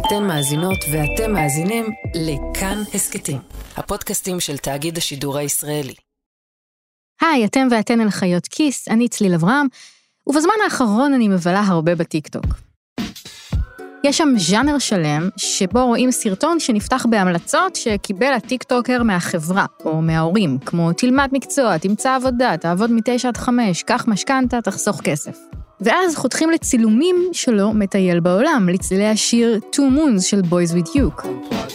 אתן מאזינות ואתם מאזינים לכאן הסקטים, הפודקאסטים של תאגיד השידור הישראלי. היי, אתם ואתן אל חיות כיס, אני צליל אברהם, ובזמן האחרון אני מבלה הרבה בטיקטוק. יש שם ז'אנר שלם שבו רואים סרטון שנפתח בהמלצות שקיבל הטיקטוקר מהחברה או מההורים, כמו תלמד מקצוע, תמצא עבודה, תעבוד מ9 עד 5, קח משכנתה, תחסוך כסף. ואז חותכים לצילומים שלו מטייל בעולם, לצלילי השיר Two Moons של Boys With You.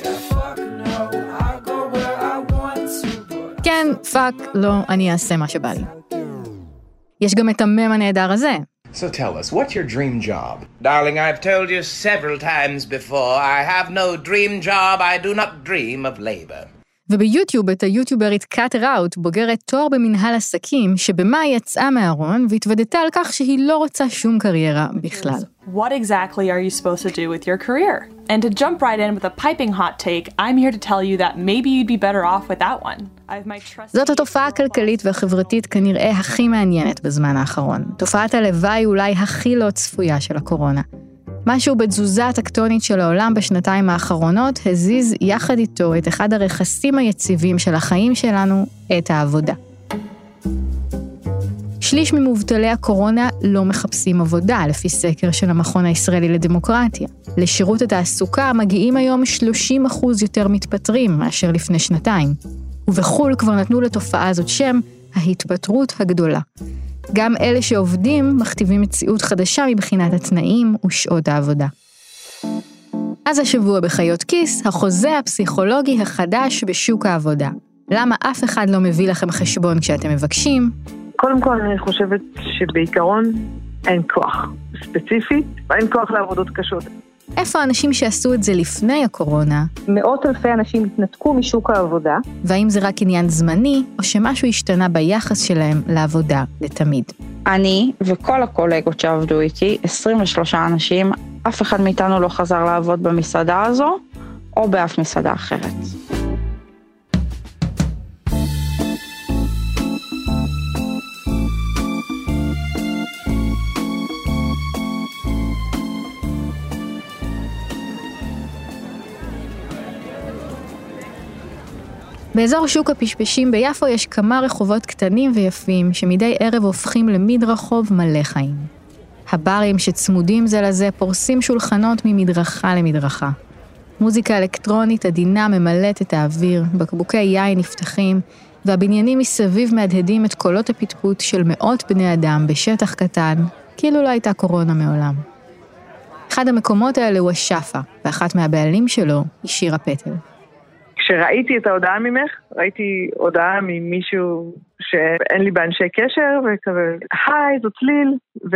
כן, פאק, לא, אני אעשה מה שבא לי. יש גם את המם הנהדר הזה. So tell us, what's your dream job? Darling, I've told you several times before, I have no dream job, I do not dream of labor. וביוטיוב את היוטיוברית קאט ראוט, בוגרת תואר במנהל עסקים, שבמה יצאה מהארון והתוודתה על כך שהיא לא רוצה שום קריירה בכלל. What exactly are you supposed to do with your career? And to jump right in with a piping hot take, I'm here to tell you that maybe you'd be better off without one. זאת התופעה הכלכלית והחברתית כנראה הכי מעניינת בזמן האחרון. תופעת הלוואי אולי הכי לא צפויה של הקורונה. משהו בתזוזה הטקטונית של העולם בשנתיים האחרונות הזיז יחד איתו את אחד הרכסים היציבים של החיים שלנו, את העבודה. שליש ממובטלי הקורונה לא מחפשים עבודה, לפי סקר של המכון הישראלי לדמוקרטיה. לשירות התעסוקה מגיעים היום 30% יותר מתפטרים מאשר לפני שנתיים. ובחול כבר נתנו לתופעה הזאת שם, ההתפטרות הגדולה. גם אלה שעובדים מכתיבים מציאות חדשה מבחינת התנאים ושעות העבודה. אז השבוע בחיות כיס, החוזה הפסיכולוגי החדש בשוק העבודה. למה אף אחד לא מביא לכם חשבון כשאתם מבקשים? קודם כל אני חושבת שבעיקרון אין כוח ספציפי, אין כוח לעבודות קשות. איפה האנשים שעשו את זה לפני הקורונה? מאות אלפי אנשים התנתקו משוק העבודה. והאם זה רק עניין זמני, או שמשהו השתנה ביחס שלהם לעבודה לתמיד? אני וכל הקולגות שעבדו איתי, 23 אנשים, אף אחד מאיתנו לא חזר לעבוד במסעדה הזו, או באף מסעדה אחרת. באזור שוק הפשפשים ביפו יש כמה רחובות קטנים ויפים שמדי ערב הופכים למדרחוב מלא חיים. הברים שצמודים זה לזה פורסים שולחנות ממדרכה למדרכה. מוזיקה אלקטרונית עדינה ממלאת את האוויר, בקבוקי יין נפתחים, והבניינים מסביב מהדהדים את קולות הפטפוט של מאות בני אדם בשטח קטן, כאילו לא הייתה קורונה מעולם. אחד המקומות האלה הוא השפה, ואחת מהבעלים שלו היא שירה פטל. כשראיתי את ההודעה ממך, ראיתי הודעה ממישהו שאין לי באנשי קשר, וכזה, היי, זאת צליל,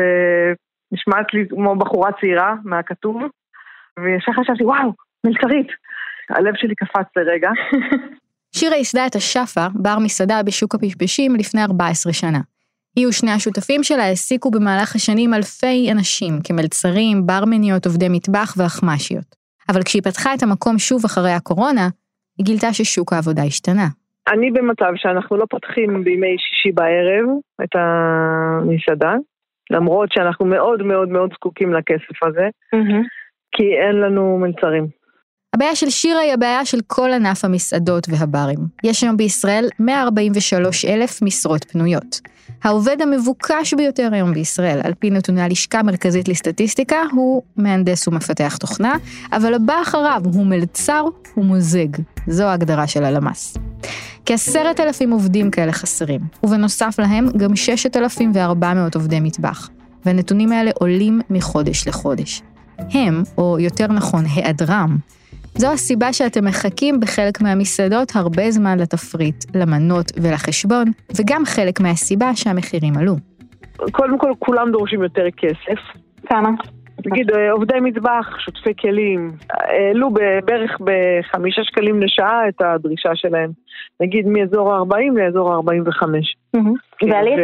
ונשמעת לי כמו בחורה צעירה מהכתוב, וישר חשבתי, וואו, מלצרית. הלב שלי קפץ לרגע. שירה ייסדה את השפה, בר מסעדה בשוק הפשפשים לפני 14 שנה. היא ושני השותפים שלה העסיקו במהלך השנים אלפי אנשים, כמלצרים, ברמניות, עובדי מטבח ואחמשיות. אבל כשהיא פתחה את המקום שוב אחרי הקורונה, היא גילתה ששוק העבודה השתנה. אני במצב שאנחנו לא פותחים בימי שישי בערב את המסעדה, למרות שאנחנו מאוד מאוד מאוד זקוקים לכסף הזה, כי אין לנו מלצרים. הבעיה של שירה היא הבעיה של כל ענף המסעדות והברים. יש היום בישראל 143,000 משרות פנויות. העובד המבוקש ביותר היום בישראל, על פי נתוני הלשכה המרכזית לסטטיסטיקה, הוא מהנדס ומפתח תוכנה, אבל הבא אחריו הוא מלצר ומוזג. זו ההגדרה של הלמ"ס. כ10,000 עובדים כאלה חסרים, ובנוסף להם גם 6,400 עובדי מטבח. והנתונים האלה עולים מחודש לחודש. הם, או יותר נכון, היעדרם, זו הסיבה שאתם מחכים בחלק מהמסעדות הרבה זמן לתפריט, למנות ולחשבון, וגם חלק מהסיבה שהמחירים עלו. קודם כל, כולם דורשים יותר כסף. כמה? נגיד, עובדי מטבח, שותפי כלים, העלו בערך ב5 שקלים לשעה את הדרישה שלהם. נגיד, מאזור ה-40 לאזור ה-45. ועלית?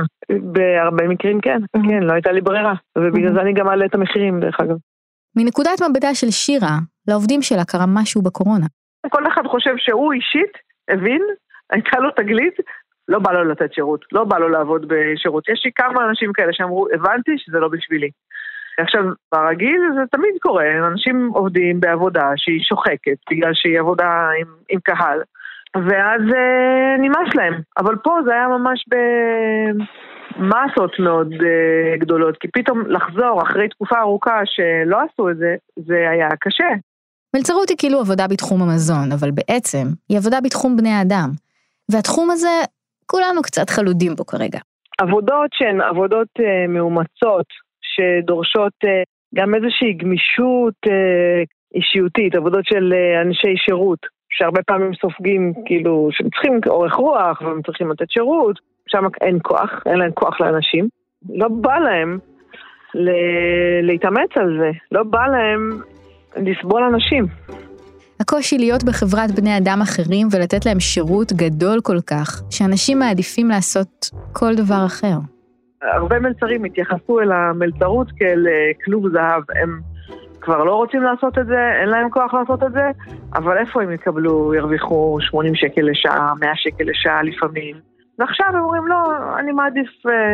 בהרבה מקרים כן, כן, לא הייתה לי ברירה. ובגלל זה אני גם מעלה את המחירים, דרך אגב. מנקודת מבטה של שירה, לעובדים שלה קרה משהו בקורונה. כל אחד חושב שהוא אישית, הבין, הייתה לו תגלית, לא בא לו לתת שירות, לא בא לו לעבוד בשירות. יש לי כמה אנשים כאלה שאמרו, הבנתי שזה לא בשבילי. עכשיו, ברגיל זה תמיד קורה, אנשים עובדים בעבודה שהיא שוחקת, בגלל שהיא עבודה עם קהל, ואז נמאס להם. אבל פה זה היה ממש במסות מאוד גדולות, כי פתאום לחזור אחרי תקופה ארוכה שלא עשו את זה, זה היה קשה. מלצרות היא כאילו עבודה בתחום המזון, אבל בעצם היא עבודה בתחום בני האדם. והתחום הזה, כולנו קצת חלודים בו כרגע. עבודות שהן עבודות מאומצות, שדורשות גם איזושהי גמישות אישיותית, עבודות של אנשי שירות, שהרבה פעמים סופגים כאילו שהם צריכים אורך רוח, והם צריכים לתת שירות, שם אין כוח, אין להם כוח לאנשים. לא בא להם להתאמץ על זה, לא בא להם לסבול אנשים. הקושי להיות בחברת בני אדם אחרים ולתת להם שירות גדול כל כך, שאנשים מעדיפים לעשות כל דבר אחר. הרבה מלצרים התייחסו אל המלצרות כאל כלוב זהב, הם כבר לא רוצים לעשות את זה, אין להם כוח לעשות את זה, אבל איפה הם ירוויחו 80 שקל לשעה, 100 שקל לשעה לפעמים. ועכשיו הם אומרים, לא, אני מעדיף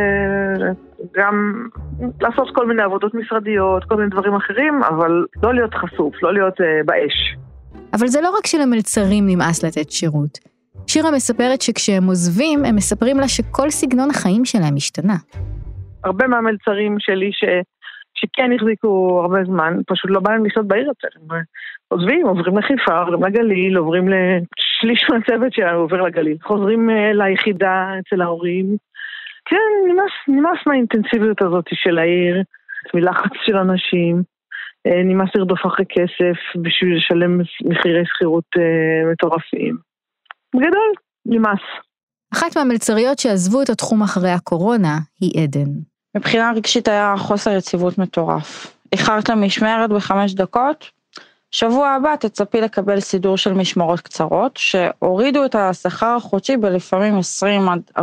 גם לעשות כל מיני עבודות משרדיות, כל מיני דברים אחרים, אבל לא להיות חשוף, לא להיות באש. אבל זה לא רק שלמלצרים נמאס לתת שירות. שירה מספרת שכשהם עוזבים, הם מספרים לה שכל סגנון החיים שלהם השתנה. הרבה מהמלצרים שלי שכן החזיקו הרבה זמן, פשוט לא באים לחיות בעיר יותר. הם עוזבים, עוברים לחיפה, עוברים לגליל, עוברים לשליש מהצוות שלנו, עובר לגליל. חוזרים ליחידה אצל ההורים. כן, נמאס מהאינטנסיביות הזאת של העיר, מלחץ של אנשים. נמאס לרדוף אחרי כסף בשביל לשלם מחירי שכירות מטורפים. בגדול, נמאס. אחת מהמלצריות שעזבו את התחום אחרי הקורונה היא עדן. מבחינה רגשית היה חוסר יציבות מטורף. איחרת למשמרת ב5 דקות, שבוע הבא תצפי לקבל סידור של משמרות קצרות, שהורידו את השכר החודשי בלפעמים 20-40%.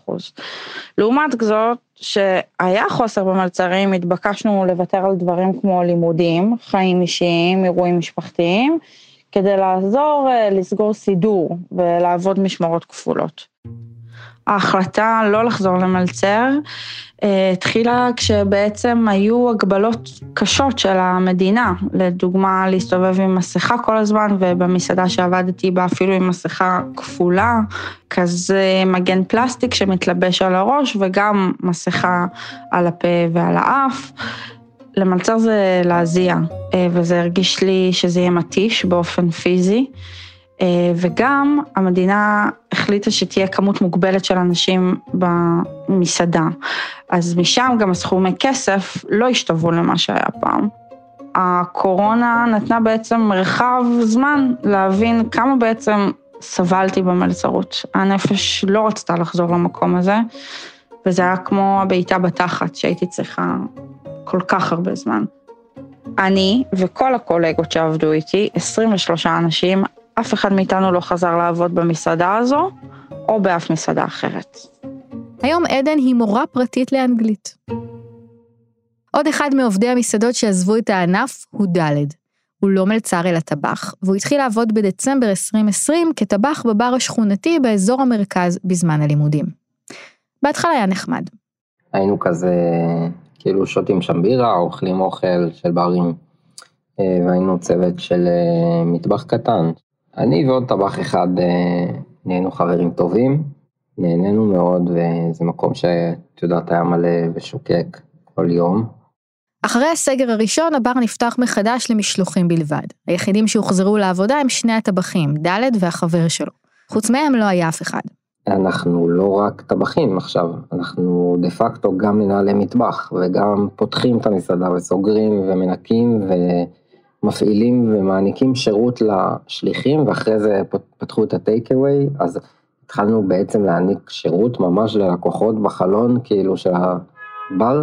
לעומת זאת, שהיה חוסר במלצרים, התבקשנו לוותר על דברים כמו לימודים, חיים אישיים, אירועים משפחתיים, כדי לעזור לסגור סידור ולעבוד משמרות כפולות. ההחלטה לא לחזור למלצר התחילה כשבעצם היו הגבלות קשות של המדינה, לדוגמה להסתובב עם מסכה כל הזמן, ובמסעדה שעבדתי בה אפילו עם מסכה כפולה, כזה מגן פלסטיק שמתלבש על הראש וגם מסכה על הפה ועל האף. למלצר זה להזיע, וזה הרגיש לי שזה יהיה מתיש באופן פיזי, וגם המדינה החליטה שתהיה כמות מוגבלת של אנשים במסעדה, אז משם גם הסכומי כסף לא השתוו למה שהיה פעם. הקורונה נתנה בעצם מרחב זמן להבין כמה בעצם סבלתי במלצרות. הנפש לא רצתה לחזור למקום הזה, וזה היה כמו הבעיטה בתחת שהייתי צריכה כל כך הרבה זמן. אני וכל הקולגות שעבדו איתי, 23 אנשים, אף אחד מאיתנו לא חזר לעבוד במסעדה הזו, או באף מסעדה אחרת. היום עדן היא מורה פרטית לאנגלית. עוד אחד מעובדי המסעדות שעזבו את הענף הוא דלת. הוא לא מלצר אלא טבח, והוא התחיל לעבוד בדצמבר 2020 כטבח בבר השכונתי באזור המרכז בזמן הלימודים. בהתחלה היה נחמד. היינו כזה, כאילו שותים שם בירה, אוכלים אוכל של ברים, והיינו צוות של מטבח קטן. אני ועוד טבח אחד נהיינו חברים טובים, נהנינו מאוד, וזה מקום שאת יודעת היה מלא ושוקק כל יום. אחרי הסגר הראשון, הבר נפתח מחדש למשלוחים בלבד. היחידים שהוחזרו לעבודה הם שני הטבחים, דלת והחבר שלו. חוץ מהם לא היה אף אחד. אנחנו לא רק טבחים עכשיו, אנחנו דה פקטו גם מנהלי מטבח, וגם פותחים את המסעדה וסוגרים ומנקים ומפעילים ומעניקים שירות לשליחים, ואחרי זה פתחו את הטייק-אווי, אז התחלנו בעצם להעניק שירות ממש ללקוחות בחלון, כאילו של הבר,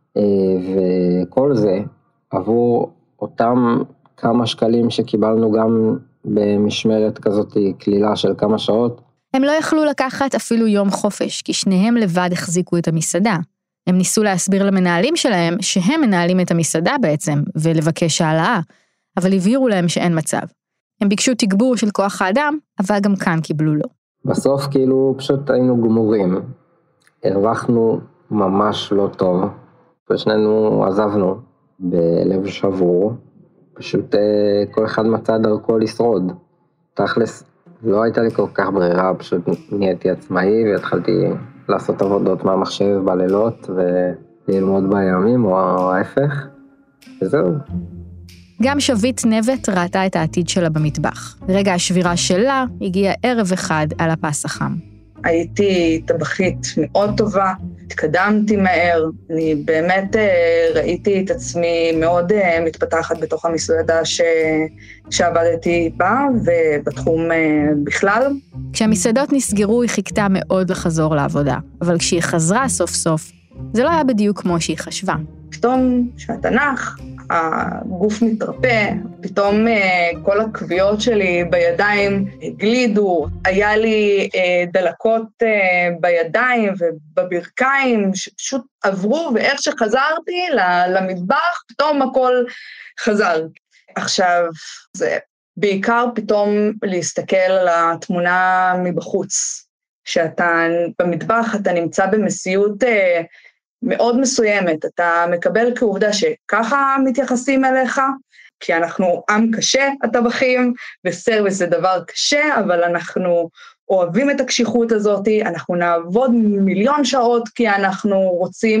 וכל זה עבור אותם כמה שקלים שקיבלנו גם במשמרת כזאת כלילה של כמה שעות. הם לא יכלו לקחת אפילו יום חופש, כי שניהם לבד החזיקו את המסעדה. הם ניסו להסביר למנהלים שלהם שהם מנהלים את המסעדה בעצם, ולבקש העלאה, אבל הבהירו להם שאין מצב. הם ביקשו תגבור של כוח האדם, אבל גם כאן קיבלו לא. בסוף כאילו פשוט היינו גמורים, הרווחנו ממש לא טוב, ושנינו עזבנו, בלב שבור, פשוט כל אחד מצא דרכו לשרוד. תכלס, לא הייתה לי כל כך ברירה, פשוט נהייתי עצמאי והתחלתי לעשות עבודות מהמחשב בלילות וללמוד בימים או ההפך, וזהו. גם שביט נבט ראתה את העתיד שלה במטבח. רגע השבירה שלה הגיע ערב אחד על הפס החם. הייתי טבחית מאוד טובה, התקדמתי מהר, אני באמת ראיתי את עצמי מאוד מתפתחת בתוך המסעדה שעבדתי בה ובתחום בכלל. כשהמסעדות נסגרו היא חיכתה מאוד לחזור לעבודה, אבל כשהיא חזרה סוף סוף, זה לא היה בדיוק כמו שהיא חשבה. פתאום שהתנ"ך, הגוף מתרפא, פתאום כל הכוויות שלי בידיים הגלידו, היה לי דלקות בידיים ובברכיים שפשוט עברו, ואיך שחזרתי למטבח, פתאום הכל חזר. עכשיו, זה בעיקר פתאום להסתכל על התמונה מבחוץ, שאתה במטבח, אתה נמצא במציאות מאוד מסוימת, אתה מקבל כעובדה שככה מתייחסים אליך, כי אנחנו עם קשה, הטבחים, וסרוויס זה דבר קשה, אבל אנחנו אוהבים את הקשיחות הזאת, אנחנו נעבוד 1,000,000 שעות, כי אנחנו רוצים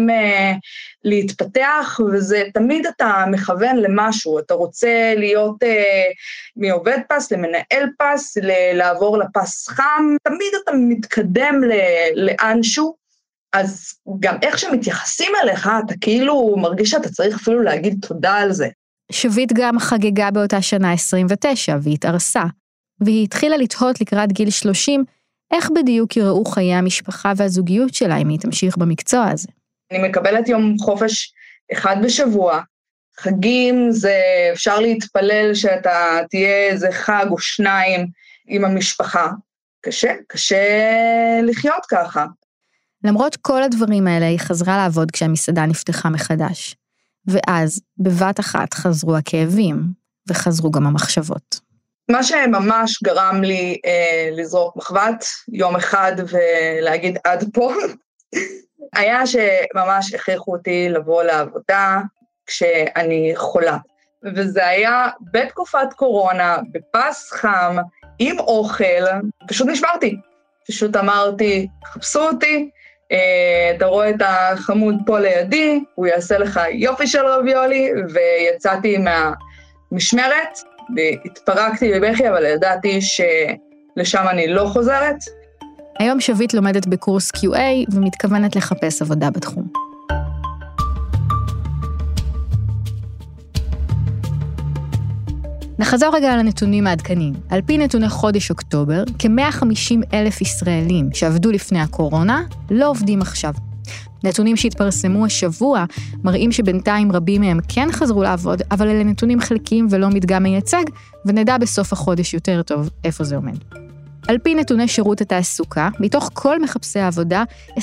להתפתח, וזה תמיד אתה מכוון למשהו, אתה רוצה להיות מעובד פס, למנהל פס, לעבור לפס חם, תמיד אתה מתקדם לאנשהו, אז גם איך שמתייחסים אליך, אתה כאילו מרגיש שאתה צריך אפילו להגיד תודה על זה. שביט גם חגגה באותה שנה 29, והיא התארסה, והיא התחילה לתהות לקראת גיל 30, איך בדיוק יראו חיי המשפחה והזוגיות שלה, אם היא תמשיך במקצוע הזה. אני מקבלת יום חופש אחד בשבוע, חגים זה אפשר להתפלל שאתה תהיה איזה חג או שניים עם המשפחה. קשה לחיות ככה. למרות כל הדברים האלה, היא חזרה לעבוד כשהמסעדה נפתחה מחדש. ואז, בבת אחת, חזרו הכאבים, וחזרו גם המחשבות. מה שממש גרם לי לזרוק מחבת, יום אחד ולהגיד עד פה, היה שממש הכריחו אותי לבוא לעבודה כשאני חולה. וזה היה בתקופת קורונה, בפס חם, עם אוכל, פשוט נשברתי. פשוט אמרתי, חפשו אותי, אתה רואה את החמוד פה לידי, הוא יעשה לך יופי של רביולי, ויצאתי מהמשמרת, והתפרקתי בבכי, אבל ידעתי שלשם אני לא חוזרת. היום שביט לומדת בקורס QA, ומתכוונת לחפש עבודה בתחום. נחזור רגע על הנתונים העדכניים. על פי נתוני חודש אוקטובר, כ-150,000 ישראלים שעבדו לפני הקורונה, לא עובדים עכשיו. נתונים שהתפרסמו השבוע מראים שבינתיים רבים מהם כן חזרו לעבוד, אבל אלה נתונים חלקיים ולא מדגם מייצג, ונדע בסוף החודש יותר טוב איפה זה עומד. על פי נתוני שירות התעסוקה, מתוך כל מחפשי העבודה, 22%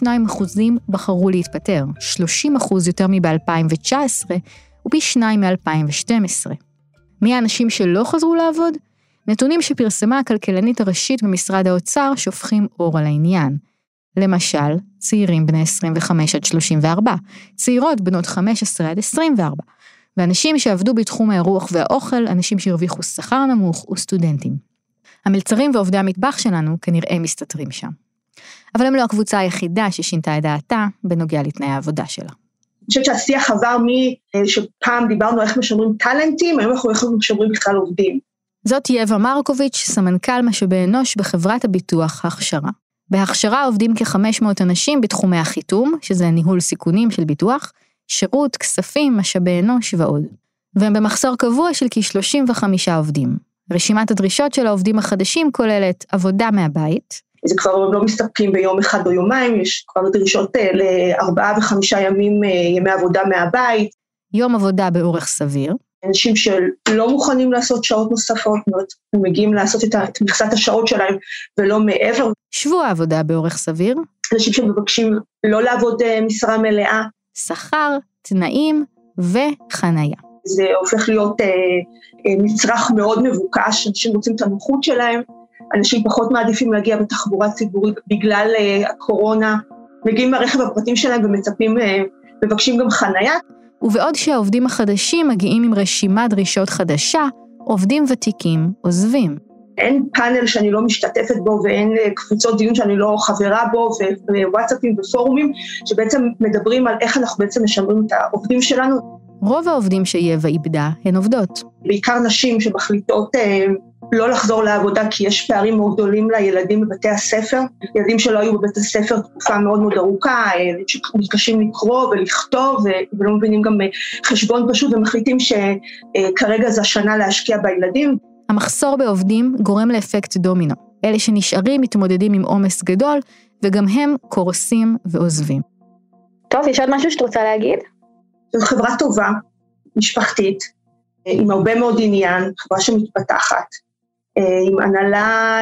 בחרו להתפטר, 30% יותר מב-2019, ופי 2 מ-2012. מי האנשים שלא חזרו לעבוד? נתונים שפרסמה הכלכלנית הראשית במשרד האוצר שופכים אור על העניין. למשל, צעירים בני 25 עד 34, צעירות בנות 15 עד 24, ואנשים שעבדו בתחום האירוח והאוכל, אנשים שהרוויחו שכר נמוך וסטודנטים. המלצרים ועובדי המטבח שלנו כנראה מסתתרים שם. אבל הם לא הקבוצה היחידה ששינתה את דעתה בנוגע לתנאי העבודה שלה. אני חושבת שהשיח עבר שפעם דיברנו איך משמרים טלנטים, היום אנחנו איך משמרים בכלל עובדים. זאת יאבה מרקוביץ', סמנכ"ל משאבי אנוש בחברת הביטוח הכשרה. בהכשרה עובדים כ-500 אנשים בתחומי החיתום, שזה ניהול סיכונים של ביטוח, שירות, כספים, משאבי אנוש ועוד. והם במחסור קבוע של כ-35 עובדים. רשימת הדרישות של העובדים החדשים כוללת עבודה מהבית, זה כבר לא מסתפקים ביום אחד או יומיים, יש כבר דרישות ל4 ו5 ימי עבודה מהבית. יום עבודה באורך סביר. אנשים שלא מוכנים לעשות שעות נוספות, הם מגיעים לעשות את מכסת השעות שלהם ולא מעבר. שבוע עבודה באורך סביר. אנשים שמבקשים לא לעבוד משרה מלאה. שכר, תנאים וחנייה. זה הופך להיות מצרך מאוד מבוקש, אנשים רוצים את הנוחות שלהם. אנשים פחות מעדיפים להגיע בתחבורה ציבורית בגלל הקורונה, מגיעים מהרכב הפרטים שלהם ומצפים, מבקשים גם חנייה. ובעוד שהעובדים החדשים מגיעים עם רשימת דרישות חדשה, עובדים ותיקים עוזבים. אין פאנל שאני לא משתתפת בו, ואין קבוצות דיון שאני לא חברה בו, ווואטסאפים ופורומים, שבעצם מדברים על איך אנחנו בעצם משמרים את העובדים שלנו. רוב העובדים שיווה איבדה הן עובדות. בעיקר נשים שמחליטות לא לחזור לעבודה, כי יש פערים מאוד גדולים לילדים בבתי הספר, ילדים שלא היו בבית הספר תקופה מאוד מאוד ארוכה, שמתקשים לקרוא ולכתוב, ולא מבינים גם חשבון פשוט, ומחליטים שכרגע זה השנה להשקיע בילדים. המחסור בעובדים גורם לאפקט דומינו. אלה שנשארים מתמודדים עם עומס גדול, וגם הם קורסים ועוזבים. טוב, יש עוד משהו שאת רוצה להגיד? זו חברה טובה, משפחתית, עם הרבה מאוד עניין, חברה שמתפתחת, עם הנהלה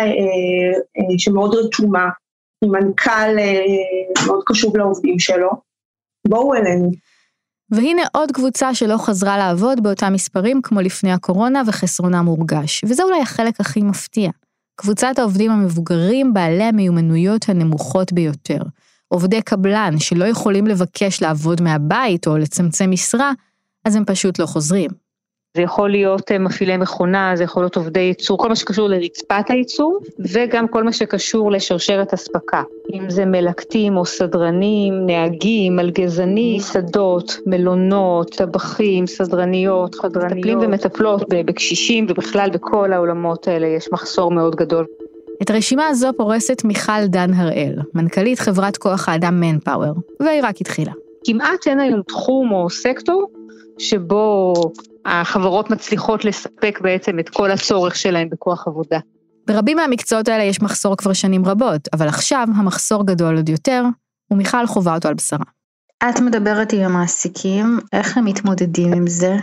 שמאוד רתומה, עם מנכ"ל מאוד קשוב לעובדים שלו. בואו אלינו. והנה עוד קבוצה שלא חזרה לעבוד באותם מספרים כמו לפני הקורונה וחסרונה מורגש, וזה אולי החלק הכי מפתיע. קבוצת העובדים המבוגרים בעלי המיומנויות הנמוכות ביותר. עובדי קבלן שלא יכולים לבקש לעבוד מהבית או לצמצם משרה, אז הם פשוט לא חוזרים. זה יכול להיות מפעילי מכונה, זה יכול להיות עובדי ייצור, כל מה שקשור לרצפת הייצור, וגם כל מה שקשור לשרשרת הספקה. אם זה מלקטים או סדרנים, נהגים, מלגזנים, שדות, מלונות, טבחים, סדרניות, מטפלים ומטפלות בקשישים, ובכלל בכל העולמות האלה יש מחסור מאוד גדול. את הרשימה הזו פורסת מיכל דן הראל, מנכ"לית חברת כוח האדם מנפאוור, והיא רק התחילה. כמעט אין היום תחום או סקטור שבו החברות מצליחות לספק בעצם את כל הצורך שלהם בכוח עבודה. ברבים מהמקצועות האלה יש מחסור כבר שנים רבות, אבל עכשיו המחסור גדול עוד יותר, ומיכל חובה אותו על בשרה. את מדברת עם המעסיקים, איך הם מתמודדים עם זה?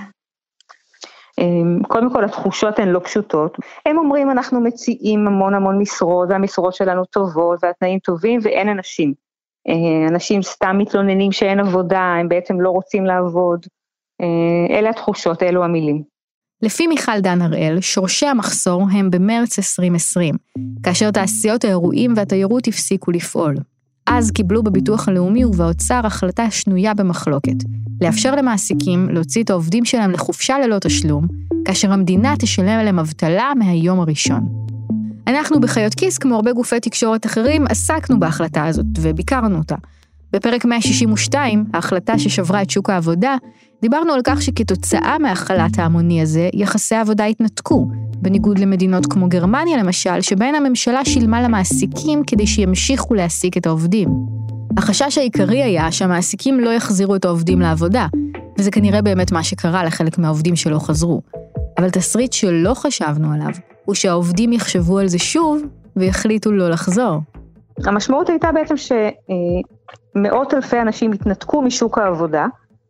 קודם כל התחושות הן לא פשוטות, הם אומרים אנחנו מציעים המון משרות, והמשרות שלנו טובות והתנאים טובים ואין אנשים. אנשים סתם מתלוננים שאין עבודה, הם בעצם לא רוצים לעבוד, אלה התחושות, אלו המילים. לפי מיכל דן הראל, שורשי המחסור הם במרץ 2020, כאשר תעשיות האירועים והתיירות הפסיקו לפעול. אז קיבלו בביטוח הלאומי ובאוצר החלטה שנויה במחלוקת, לאפשר למעסיקים להוציא את העובדים שלהם לחופשה ללא תשלום, כאשר המדינה תשלם עליהם אבטלה מהיום הראשון. אנחנו בחיות כיס, כמו הרבה גופי תקשורת אחרים, עסקנו בהחלטה הזאת וביקרנו אותה. בפרק 162, ההחלטה ששברה את שוק העבודה, דיברנו על כך שכתוצאה מהחלת ההמוני הזה, יחסי העבודה התנתקו, בניגוד למדינות כמו גרמניה למשל, שבהן הממשלה שילמה למעסיקים כדי שימשיכו להעסיק את העובדים. החשש העיקרי היה שהמעסיקים לא יחזירו את העובדים לעבודה, וזה כנראה באמת מה שקרה לחלק מהעובדים שלא חזרו. אבל תסריט שלא חשבנו עליו, הוא שהעובדים יחשבו על זה שוב, ויחליטו לא לחזור. המשמעות הייתה בעצם שמאות אלפי אנשים התנתקו משוק העבודה,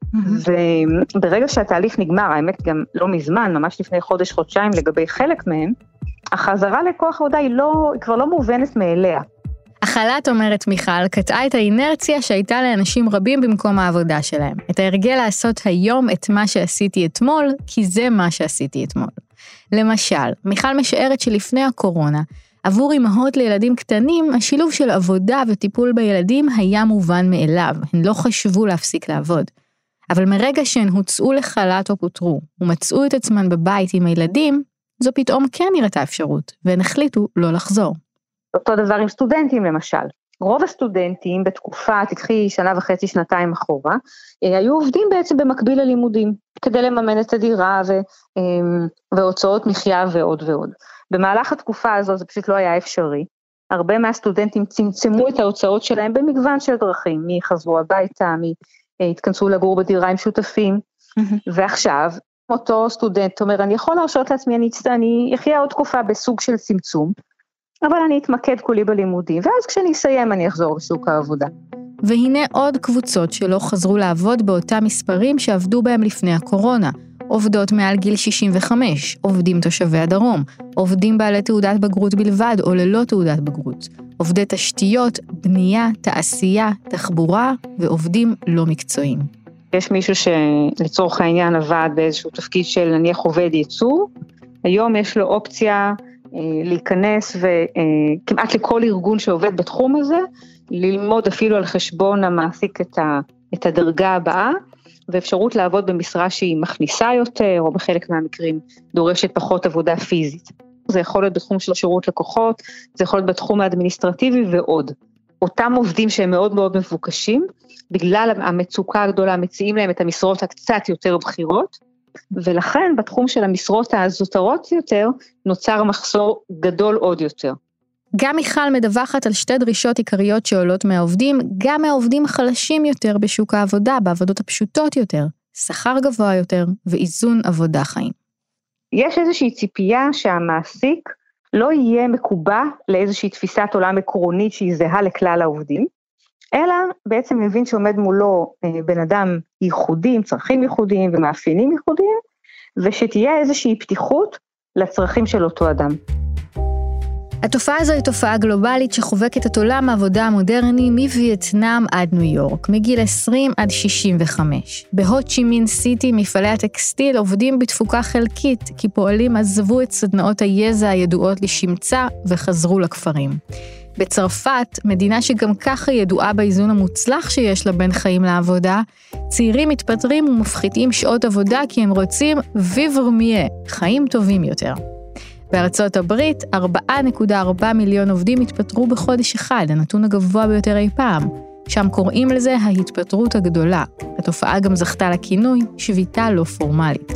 וברגע שהתהליך נגמר, האמת גם לא מזמן, ממש לפני חודש-חודשיים לגבי חלק מהם, החזרה לכוח עבודה היא כבר לא מובנת מאליה. החל"ת, אומרת מיכל, קטעה את האינרציה שהייתה לאנשים רבים במקום העבודה שלהם. את ההרגל לעשות היום את מה שעשיתי אתמול, כי זה מה שעשיתי אתמול. למשל, מיכל משערת שלפני הקורונה, עבור אמהות לילדים קטנים, השילוב של עבודה וטיפול בילדים היה מובן מאליו. הן לא חשבו להפסיק לעבוד. אבל מרגע שהן הוצאו לחל"ת או פוטרו, ומצאו את עצמן בבית עם הילדים, זו פתאום כן נראתה אפשרות, והן החליטו לא לחזור. אותו דבר עם סטודנטים למשל. רוב הסטודנטים בתקופה, תקחי שנה וחצי, שנתיים אחורה, היו עובדים בעצם במקביל ללימודים, כדי לממן את הדירה והוצאות מחיה ועוד ועוד. במהלך התקופה הזו זה פשוט לא היה אפשרי. הרבה מהסטודנטים צמצמו את ההוצאות שלהם במגוון של דרכים, מי חזרו הביתה, מי התכנסו לגור בדירה עם שותפים, ועכשיו אותו סטודנט אומר, אני יכול להרשות לעצמי, אני אחיה עוד תקופה בסוג של צמצום, אבל אני אתמקד כולי בלימודים, ואז כשאני אסיים אני אחזור לשוק העבודה. והנה עוד קבוצות שלא חזרו לעבוד באותם מספרים שעבדו בהם לפני הקורונה, עובדות מעל גיל 65, עובדים תושבי הדרום, עובדים בעלי תעודת בגרות בלבד או ללא תעודת בגרות, עובדי תשתיות, בנייה, תעשייה, תחבורה ועובדים לא מקצועיים. יש מישהו שלצורך העניין עבד באיזשהו תפקיד של נניח עובד ייצור, היום יש לו אופציה להיכנס וכמעט לכל ארגון שעובד בתחום הזה, ללמוד אפילו על חשבון המעסיק את הדרגה הבאה, ואפשרות לעבוד במשרה שהיא מכניסה יותר, או בחלק מהמקרים דורשת פחות עבודה פיזית. זה יכול להיות בתחום של שירות לקוחות, זה יכול להיות בתחום האדמיניסטרטיבי ועוד. אותם עובדים שהם מאוד מאוד מבוקשים, בגלל המצוקה הגדולה מציעים להם את המשרות הקצת יותר בחירות, ולכן בתחום של המשרות הזוטרות יותר, נוצר מחסור גדול עוד יותר. גם מיכל מדווחת על שתי דרישות עיקריות שעולות מהעובדים, גם מהעובדים החלשים יותר בשוק העבודה, בעבודות הפשוטות יותר, שכר גבוה יותר ואיזון עבודה חיים. יש איזושהי ציפייה שהמעסיק לא יהיה מקובע לאיזושהי תפיסת עולם עקרונית שהיא זהה לכלל העובדים, אלא בעצם מבין שעומד מולו בן אדם ייחודי, עם צרכים ייחודיים ומאפיינים ייחודיים, ושתהיה איזושהי פתיחות לצרכים של אותו אדם. התופעה הזו היא תופעה גלובלית שחובקת את עולם העבודה המודרני מווייטנאם עד ניו יורק, מגיל 20 עד 65. בהו צ'י מין סיטי מפעלי הטקסטיל עובדים בתפוקה חלקית, כי פועלים עזבו את סדנאות היזע הידועות לשמצה וחזרו לכפרים. בצרפת, מדינה שגם ככה ידועה באיזון המוצלח שיש לה בין חיים לעבודה, צעירים מתפטרים ומפחיתים שעות עבודה כי הם רוצים ויבר מיה, חיים טובים יותר. בארצות הברית, 4.4 מיליון עובדים התפטרו בחודש אחד, הנתון הגבוה ביותר אי פעם. שם קוראים לזה ההתפטרות הגדולה. התופעה גם זכתה לכינוי שביתה לא פורמלית.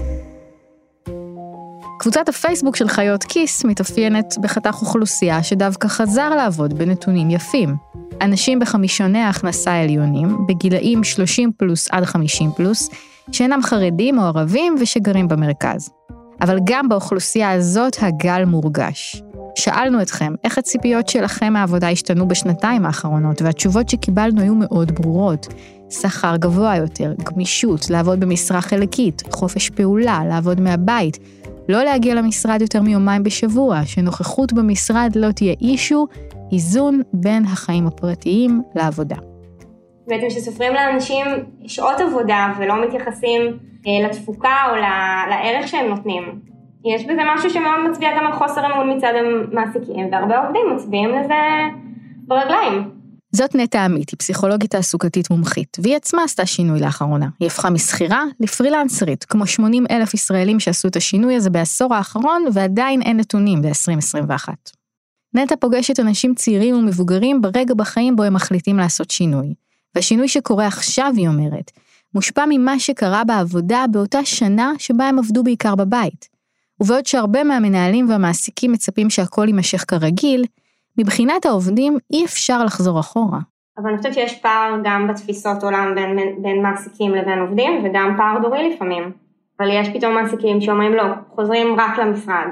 קבוצת הפייסבוק של חיות כיס מתאפיינת בחתך אוכלוסייה שדווקא חזר לעבוד בנתונים יפים. אנשים בחמישוני ההכנסה העליונים, בגילאים 30 פלוס עד 50 פלוס, שאינם חרדים או ערבים ושגרים במרכז. אבל גם באוכלוסייה הזאת הגל מורגש. שאלנו אתכם, איך הציפיות שלכם מהעבודה השתנו בשנתיים האחרונות, והתשובות שקיבלנו היו מאוד ברורות. שכר גבוה יותר, גמישות, לעבוד במשרה חלקית, חופש פעולה, לעבוד מהבית, לא להגיע למשרד יותר מיומיים בשבוע, שנוכחות במשרד לא תהיה אישו, איזון בין החיים הפרטיים לעבודה. בעצם שסופרים לאנשים שעות עבודה ולא מתייחסים לתפוקה או לערך שהם נותנים. יש בזה משהו שמאוד מצביע גם על חוסר אמון מצד המעסיקים, והרבה עובדים מצביעים לזה ברגליים. זאת נטע עמית, היא פסיכולוגית תעסוקתית מומחית, והיא עצמה עשתה שינוי לאחרונה. היא הפכה מסחירה לפרילנסרית, כמו 80,000 ישראלים שעשו את השינוי הזה בעשור האחרון, ועדיין אין נתונים ב-2021. נטע פוגשת אנשים צעירים ומבוגרים ברגע בחיים בו הם מחליטים לעשות שינוי. והשינוי שקורה עכשיו, היא אומרת, מושפע ממה שקרה בעבודה באותה שנה שבה הם עבדו בעיקר בבית. ובעוד שהרבה מהמנהלים והמעסיקים מצפים שהכל יימשך כרגיל, מבחינת העובדים אי אפשר לחזור אחורה. אבל אני חושבת שיש פער גם בתפיסות עולם בין מעסיקים לבין עובדים, וגם פער דורי לפעמים. אבל יש פתאום מעסיקים שאומרים לא, חוזרים רק למשרד.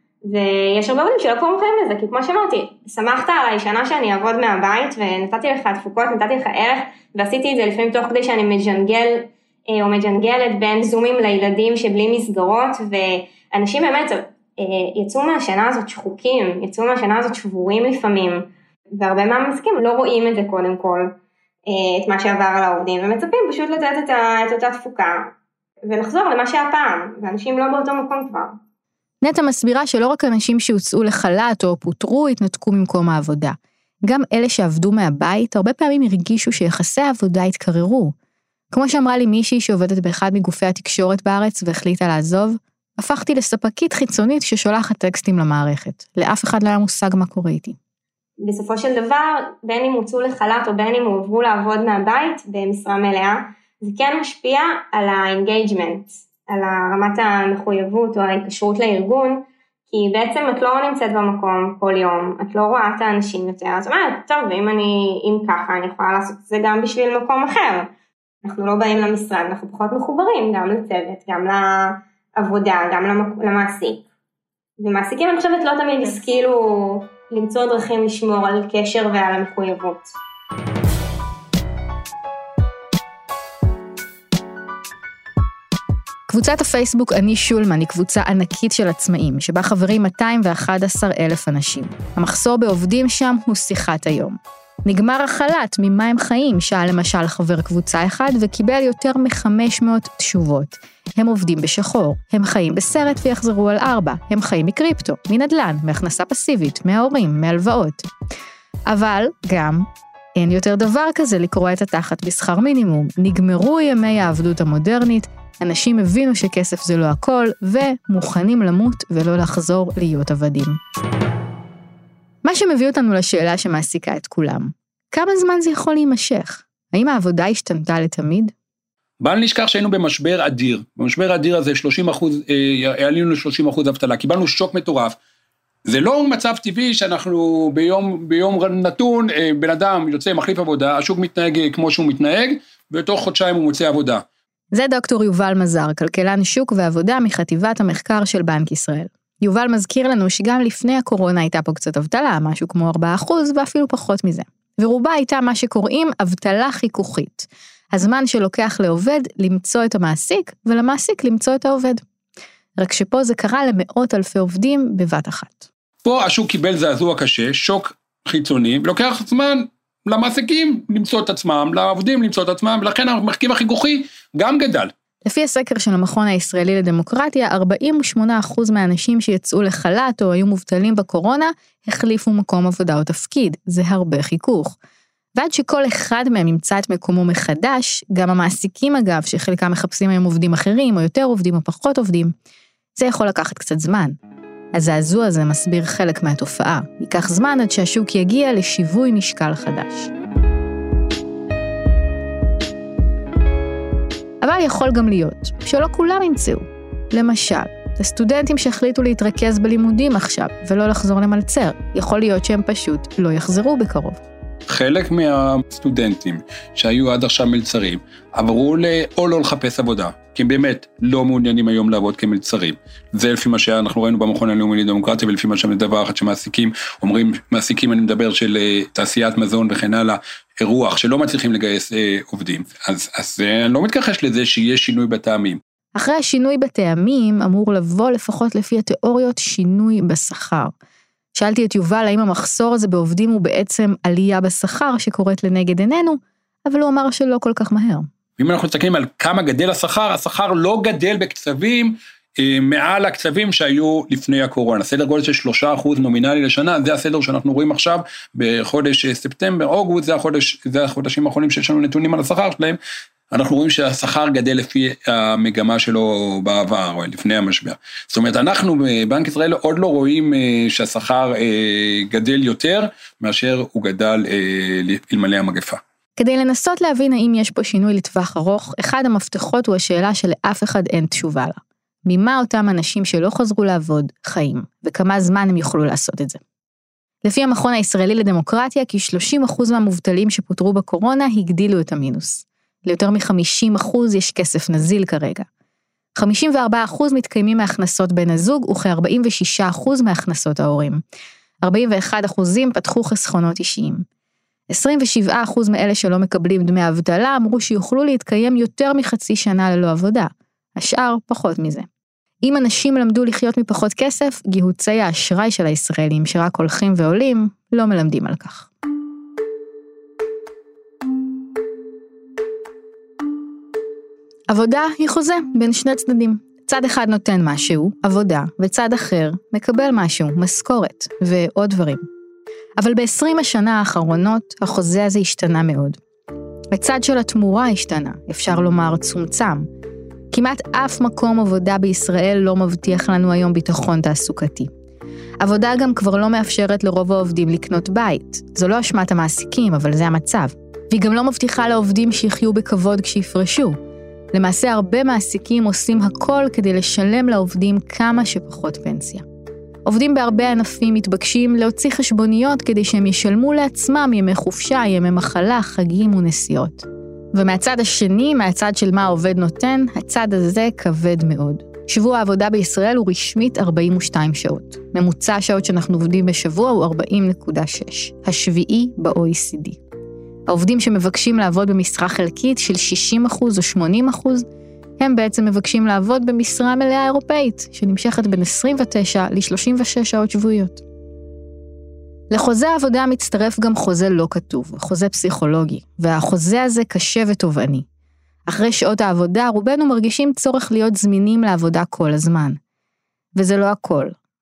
ויש הרבה עובדים שלא כבר מוכנים לזה, כי כמו שאמרתי, שמחת עליי שנה שאני אעבוד מהבית, ונתתי לך תפוקות, נתתי לך ערך, ועשיתי את זה לפעמים תוך כדי שאני מג'נגל, או מג'נגלת בין זומים לילדים שבלי מסגרות, ואנשים באמת יצאו מהשנה הזאת שחוקים, יצאו מהשנה הזאת שבורים לפעמים, והרבה מהמעסיקים לא רואים את זה קודם כל, את מה שעבר על העובדים, ומצפים פשוט לתת את אותה תפוקה, ולחזור למה שהיה פעם, ואנשים לא באותו מקום כבר. נטע מסבירה שלא רק אנשים שהוצאו לחל"ת או פוטרו התנתקו ממקום העבודה. גם אלה שעבדו מהבית, הרבה פעמים הרגישו שיחסי העבודה התקררו. כמו שאמרה לי מישהי שעובדת באחד מגופי התקשורת בארץ והחליטה לעזוב, הפכתי לספקית חיצונית ששולחת טקסטים למערכת. לאף אחד לא היה מושג מה קורה איתי. בסופו של דבר, בין אם הוצאו לחל"ת או בין אם הועברו לעבוד מהבית במשרה מלאה, זה כן משפיע על האנגייג'מנט. על רמת המחויבות או ההיקשרות לארגון, כי בעצם את לא נמצאת במקום כל יום, את לא רואה את האנשים יותר, אז אומרת, טוב, אם ככה, אני יכולה לעשות את זה גם בשביל מקום אחר. אנחנו לא באים למשרד, אנחנו פחות מחוברים גם לצוות, גם לעבודה, גם למעסיק. ומעסיקים אני חושבת לא תמיד השכילו למצוא דרכים לשמור על קשר ועל המחויבות. קבוצת הפייסבוק אני שולמן היא קבוצה ענקית של עצמאים, שבה חברים 211,000 אנשים. המחסור בעובדים שם הוא שיחת היום. נגמר החל"ת ממה הם חיים, שאל למשל חבר קבוצה אחד וקיבל יותר מ-500 תשובות. הם עובדים בשחור, הם חיים בסרט ויחזרו על 4, הם חיים מקריפטו, מנדלן, מהכנסה פסיבית, מההורים, מהלוואות. אבל גם אין יותר דבר כזה לקרוא את התחת בשכר מינימום. נגמרו ימי העבדות המודרנית, אנשים הבינו שכסף זה לא הכל, ומוכנים למות ולא לחזור להיות עבדים. מה שמביא אותנו לשאלה שמעסיקה את כולם. כמה זמן זה יכול להימשך? האם העבודה השתנתה לתמיד? בל נשכח שהיינו במשבר אדיר. במשבר אדיר הזה 30%, עלינו ל-30% אבטלה, קיבלנו שוק מטורף. זה לא מצב טבעי שאנחנו ביום נתון, בן אדם יוצא מחליף עבודה, השוק מתנהג כמו שהוא מתנהג, ובתוך חודשיים הוא מוצא עבודה. זה דוקטור יובל מזר, כלכלן שוק ועבודה מחטיבת המחקר של בנק ישראל. יובל מזכיר לנו שגם לפני הקורונה הייתה פה קצת אבטלה, משהו כמו 4% ואפילו פחות מזה. ורובה הייתה מה שקוראים אבטלה חיכוכית. הזמן שלוקח לעובד למצוא את המעסיק, ולמעסיק למצוא את העובד. רק שפה זה קרה למאות אלפי עובדים בבת אחת. פה השוק קיבל זעזוע קשה, שוק חיצוני, ולוקח זמן למעסיקים למצוא את עצמם, לעובדים למצוא את עצמם, ולכן המרכיב החיכוכי גם גדל. לפי הסקר של המכון הישראלי לדמוקרטיה, 48% מהאנשים שיצאו לחל"ת או היו מובטלים בקורונה, החליפו מקום עבודה או תפקיד. זה הרבה חיכוך. ועד שכל אחד מהם ימצא את מקומו מחדש, גם המעסיקים אגב, שחלקם מחפשים היום עובדים אחרים, או יותר עובדים או פחות עובדים, זה יכול לקחת קצת זמן. הזעזוע הזה מסביר חלק מהתופעה. ייקח זמן עד שהשוק יגיע לשיווי משקל חדש. אבל יכול גם להיות שלא כולם ימצאו. למשל, הסטודנטים שהחליטו להתרכז בלימודים עכשיו, ולא לחזור למלצר, יכול להיות שהם פשוט לא יחזרו בקרוב. חלק מהסטודנטים שהיו עד עכשיו מלצרים, עברו או לא לחפש עבודה, כי הם באמת לא מעוניינים היום לעבוד כמלצרים. זה לפי מה שאנחנו ראינו במכון הלאומי לדמוקרטיה, ולפי מה שמדבר אחד שמעסיקים, אומרים, מעסיקים אני מדבר של תעשיית מזון וכן הלאה, רוח שלא מצליחים לגייס עובדים. אז אני לא מתכחש לזה שיש שינוי בטעמים. אחרי השינוי בטעמים אמור לבוא לפחות לפי התיאוריות שינוי בשכר. שאלתי את יובל האם המחסור הזה בעובדים הוא בעצם עלייה בשכר שקורית לנגד עינינו, אבל הוא אמר שלא כל כך מהר. אם אנחנו מסתכלים על כמה גדל השכר לא גדל בקצבים מעל הקצבים שהיו לפני הקורונה. סדר גודל של 3% נומינלי לשנה, זה הסדר שאנחנו רואים עכשיו בחודש ספטמבר, אוגוסט, זה החודשים האחרונים שיש לנו נתונים על השכר שלהם, אנחנו רואים שהשכר גדל לפי המגמה שלו בעבר, או לפני המשבר. זאת אומרת, אנחנו בבנק ישראל עוד לא רואים שהשכר גדל יותר, מאשר הוא גדל אלמלא המגפה. כדי לנסות להבין האם יש פה שינוי לטווח ארוך, אחד המפתחות הוא השאלה שלאף אחד אין תשובה לה. ממה אותם אנשים שלא חזרו לעבוד חיים, וכמה זמן הם יוכלו לעשות את זה. לפי המכון הישראלי לדמוקרטיה, כי 30% מהמובטלים שפוטרו בקורונה הגדילו את המינוס. ליותר מ-50% יש כסף נזיל כרגע. 54% מתקיימים מהכנסות בן הזוג, וכ-46% מהכנסות ההורים. 41% פתחו חסכונות אישיים. 27% מאלה שלא מקבלים דמי אבטלה אמרו שיוכלו להתקיים יותר מחצי שנה ללא עבודה. השאר פחות מזה. אם אנשים למדו לחיות מפחות כסף, גיהוצי האשראי של הישראלים שרק הולכים ועולים, לא מלמדים על כך. עבודה היא חוזה בין שני צדדים. צד אחד נותן משהו, עבודה, וצד אחר מקבל משהו, משכורת ועוד דברים. אבל ב-20 השנה האחרונות החוזה הזה השתנה מאוד. הצד של התמורה השתנה, אפשר לומר צומצם. כמעט אף מקום עבודה בישראל לא מבטיח לנו היום ביטחון תעסוקתי. עבודה גם כבר לא מאפשרת לרוב העובדים לקנות בית. זו לא אשמת המעסיקים, אבל זה המצב. והיא גם לא מבטיחה לעובדים שיחיו בכבוד כשיפרשו. למעשה הרבה מעסיקים עושים הכל כדי לשלם לעובדים כמה שפחות פנסיה. עובדים בהרבה ענפים מתבקשים להוציא חשבוניות כדי שהם ישלמו לעצמם ימי חופשה, ימי מחלה, חגים ונסיעות. ומהצד השני, מהצד של מה העובד נותן, הצד הזה כבד מאוד. שבוע העבודה בישראל הוא רשמית 42 שעות. ממוצע השעות שאנחנו עובדים בשבוע הוא 40.6, השביעי ב-OECD. העובדים שמבקשים לעבוד במשרה חלקית של 60% או 80%, הם בעצם מבקשים לעבוד במשרה מלאה אירופאית, שנמשכת בין 29 ל-36 שעות שבועיות. לחוזה העבודה מצטרף גם חוזה לא כתוב, חוזה פסיכולוגי, והחוזה הזה קשה ותובעני. אחרי שעות העבודה, רובנו מרגישים צורך להיות זמינים לעבודה כל הזמן. וזה לא הכל.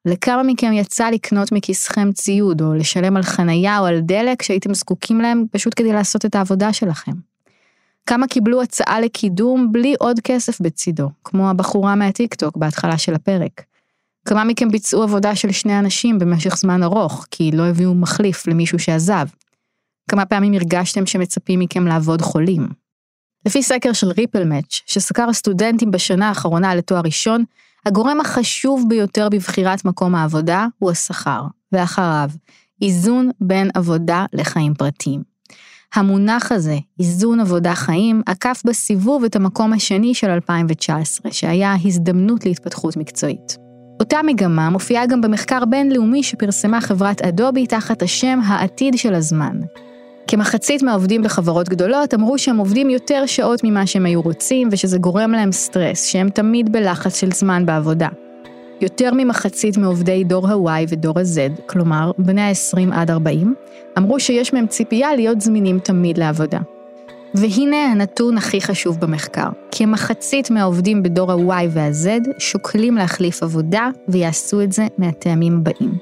לכמה מכם יצא לקנות מכיסכם ציוד, או לשלם על חנייה או על דלק שהייתם זקוקים להם פשוט כדי לעשות את העבודה שלכם? כמה קיבלו הצעה לקידום בלי עוד כסף בצידו, כמו הבחורה מהטיקטוק בהתחלה של הפרק? כמה מכם ביצעו עבודה של 2 אנשים במשך זמן ארוך, כי לא הביאו מחליף למישהו שעזב? כמה פעמים הרגשתם שמצפים מכם לעבוד חולים? לפי סקר של ריפלמץ', שסקר סטודנטים בשנה האחרונה לתואר ראשון, הגורם החשוב ביותר בבחירת מקום העבודה הוא השכר, ואחריו, איזון בין עבודה לחיים פרטיים. המונח הזה, איזון עבודה חיים, עקף בסיבוב את המקום השני של 2019, שהיה הזדמנות להתפתחות מקצועית. אותה מגמה מופיעה גם במחקר בינלאומי שפרסמה חברת אדובי תחת השם העתיד של הזמן. כמחצית מהעובדים בחברות גדולות אמרו שהם עובדים יותר שעות ממה שהם היו רוצים, ושזה גורם להם סטרס, שהם תמיד בלחץ של זמן בעבודה. יותר ממחצית מעובדי דור ה-Y ודור ה-Z, כלומר בני ה-20 עד 40, אמרו שיש מהם ציפייה להיות זמינים תמיד לעבודה. והנה הנתון הכי חשוב במחקר, כמחצית מהעובדים בדור ה-Y וה-Z שוקלים להחליף עבודה ויעשו את זה מהטעמים הבאים.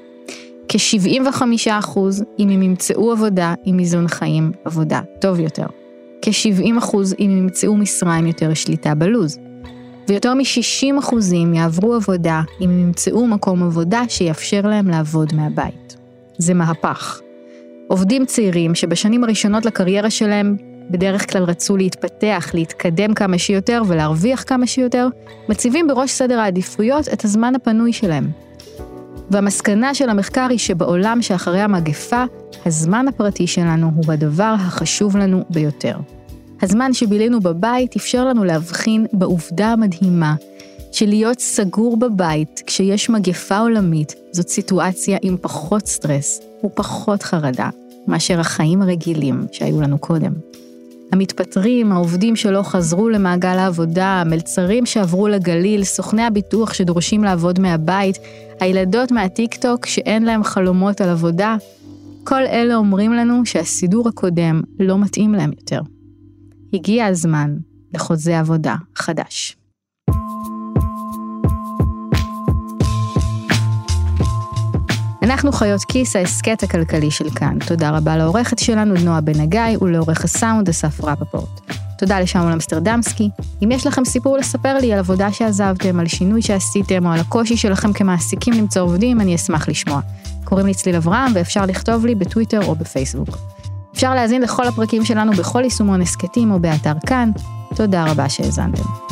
כ-75% אם הם ימצאו עבודה עם איזון חיים, עבודה טוב יותר. כ-70% אם הם ימצאו משרה עם יותר שליטה בלוז. ויותר מ-60% יעברו עבודה אם הם ימצאו מקום עבודה שיאפשר להם לעבוד מהבית. זה מהפך. עובדים צעירים שבשנים הראשונות לקריירה שלהם בדרך כלל רצו להתפתח, להתקדם כמה שיותר ולהרוויח כמה שיותר, מציבים בראש סדר העדיפויות את הזמן הפנוי שלהם. והמסקנה של המחקר היא שבעולם שאחרי המגפה, הזמן הפרטי שלנו הוא הדבר החשוב לנו ביותר. הזמן שבילינו בבית אפשר לנו להבחין בעובדה המדהימה של להיות סגור בבית כשיש מגפה עולמית, זאת סיטואציה עם פחות סטרס ופחות חרדה מאשר החיים הרגילים שהיו לנו קודם. המתפטרים, העובדים שלא חזרו למעגל העבודה, המלצרים שעברו לגליל, סוכני הביטוח שדורשים לעבוד מהבית, הילדות מהטיקטוק שאין להם חלומות על עבודה, כל אלה אומרים לנו שהסידור הקודם לא מתאים להם יותר. הגיע הזמן לחוזה עבודה חדש. אנחנו חיות כיס, העסקת הכלכלי של כאן. תודה רבה לעורכת שלנו, נועה בן הגיא, ולעורך הסאונד, אסף רפפורט. תודה לשמואל אמסטרדמסקי. אם יש לכם סיפור לספר לי על עבודה שעזבתם, על שינוי שעשיתם, או על הקושי שלכם כמעסיקים למצוא עובדים, אני אשמח לשמוע. קוראים לי צליל אברהם, ואפשר לכתוב לי בטוויטר או בפייסבוק. אפשר להאזין לכל הפרקים שלנו בכל יישומון הסקטים או באתר כאן. תודה רבה שהאזנתם.